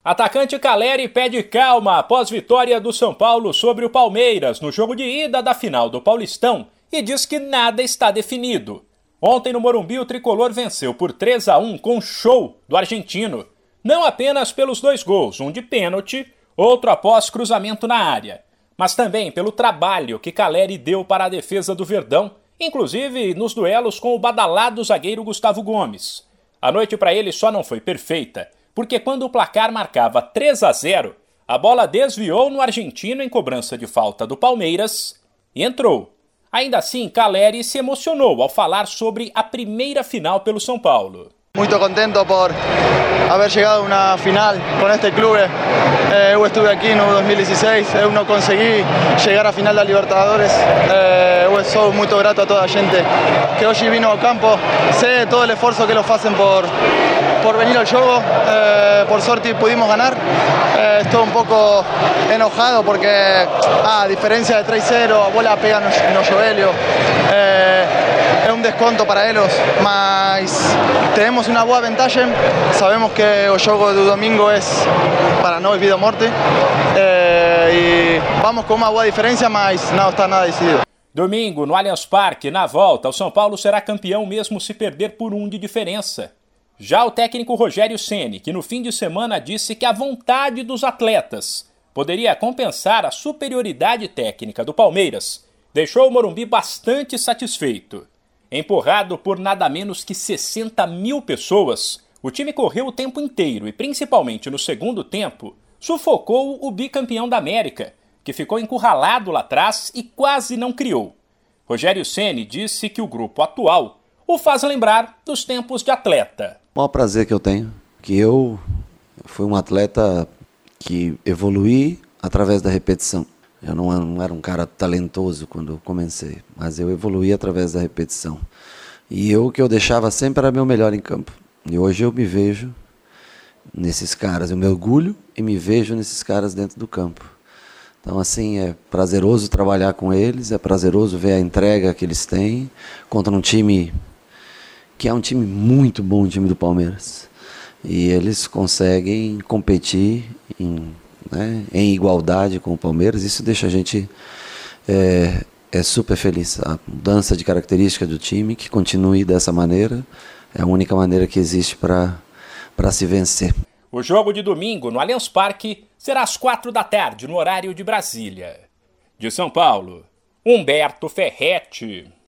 Atacante Calleri pede calma após vitória do São Paulo sobre o Palmeiras no jogo de ida da final do Paulistão e diz que nada está definido. Ontem no Morumbi o tricolor venceu por 3-1 com show do argentino. Não apenas pelos 2 gols, um de pênalti, outro após cruzamento na área, mas também pelo trabalho que Calleri deu para a defesa do Verdão, inclusive nos duelos com o badalado zagueiro Gustavo Gomes. A noite para ele só não foi perfeita, porque quando o placar marcava 3-0, a bola desviou no argentino em cobrança de falta do Palmeiras e entrou. Ainda assim, Calleri se emocionou ao falar sobre a primeira final pelo São Paulo. Muito contento por haber llegado a una final con este club. Eu estuve aquí no 2016, eu não consegui llegar a final da Libertadores. Eu sou muito grato a toda a gente que hoje vino ao campo. Sé todo o esforço que eles fazem por venir al juego. Por suerte pudimos ganar. Estou un poco enojado porque a diferencia de 3-0, a bola pega no joelho. É um desconto para eles, mas temos uma boa vantagem. Sabemos que o jogo do domingo é para nós vida ou morte. E vamos com uma boa diferença, mas não está nada decidido. Domingo, no Allianz Parque, na volta, o São Paulo será campeão mesmo se perder por 1 de diferença. Já o técnico Rogério Ceni, que no fim de semana disse que a vontade dos atletas poderia compensar a superioridade técnica do Palmeiras, deixou o Morumbi bastante satisfeito. Empurrado por nada menos que 60 mil pessoas, o time correu o tempo inteiro e, principalmente no segundo tempo, sufocou o bicampeão da América, que ficou encurralado lá atrás e quase não criou. Rogério Ceni disse que o grupo atual o faz lembrar dos tempos de atleta. O maior prazer que eu tenho, que eu fui um atleta que evoluí através da repetição. Eu não era um cara talentoso quando eu comecei, mas eu evoluí através da repetição. E o que eu deixava sempre era meu melhor em campo. E hoje eu me vejo nesses caras, eu me orgulho e me vejo nesses caras dentro do campo. Então, assim, é prazeroso trabalhar com eles, é prazeroso ver a entrega que eles têm contra um time que é um time muito bom, o time do Palmeiras. E eles conseguem competir em igualdade com o Palmeiras. Isso deixa a gente super feliz. A mudança de característica do time, que continue dessa maneira, é a única maneira que existe para se vencer. O jogo de domingo no Allianz Parque será às 4 da tarde, no horário de Brasília. De São Paulo, Humberto Ferretti.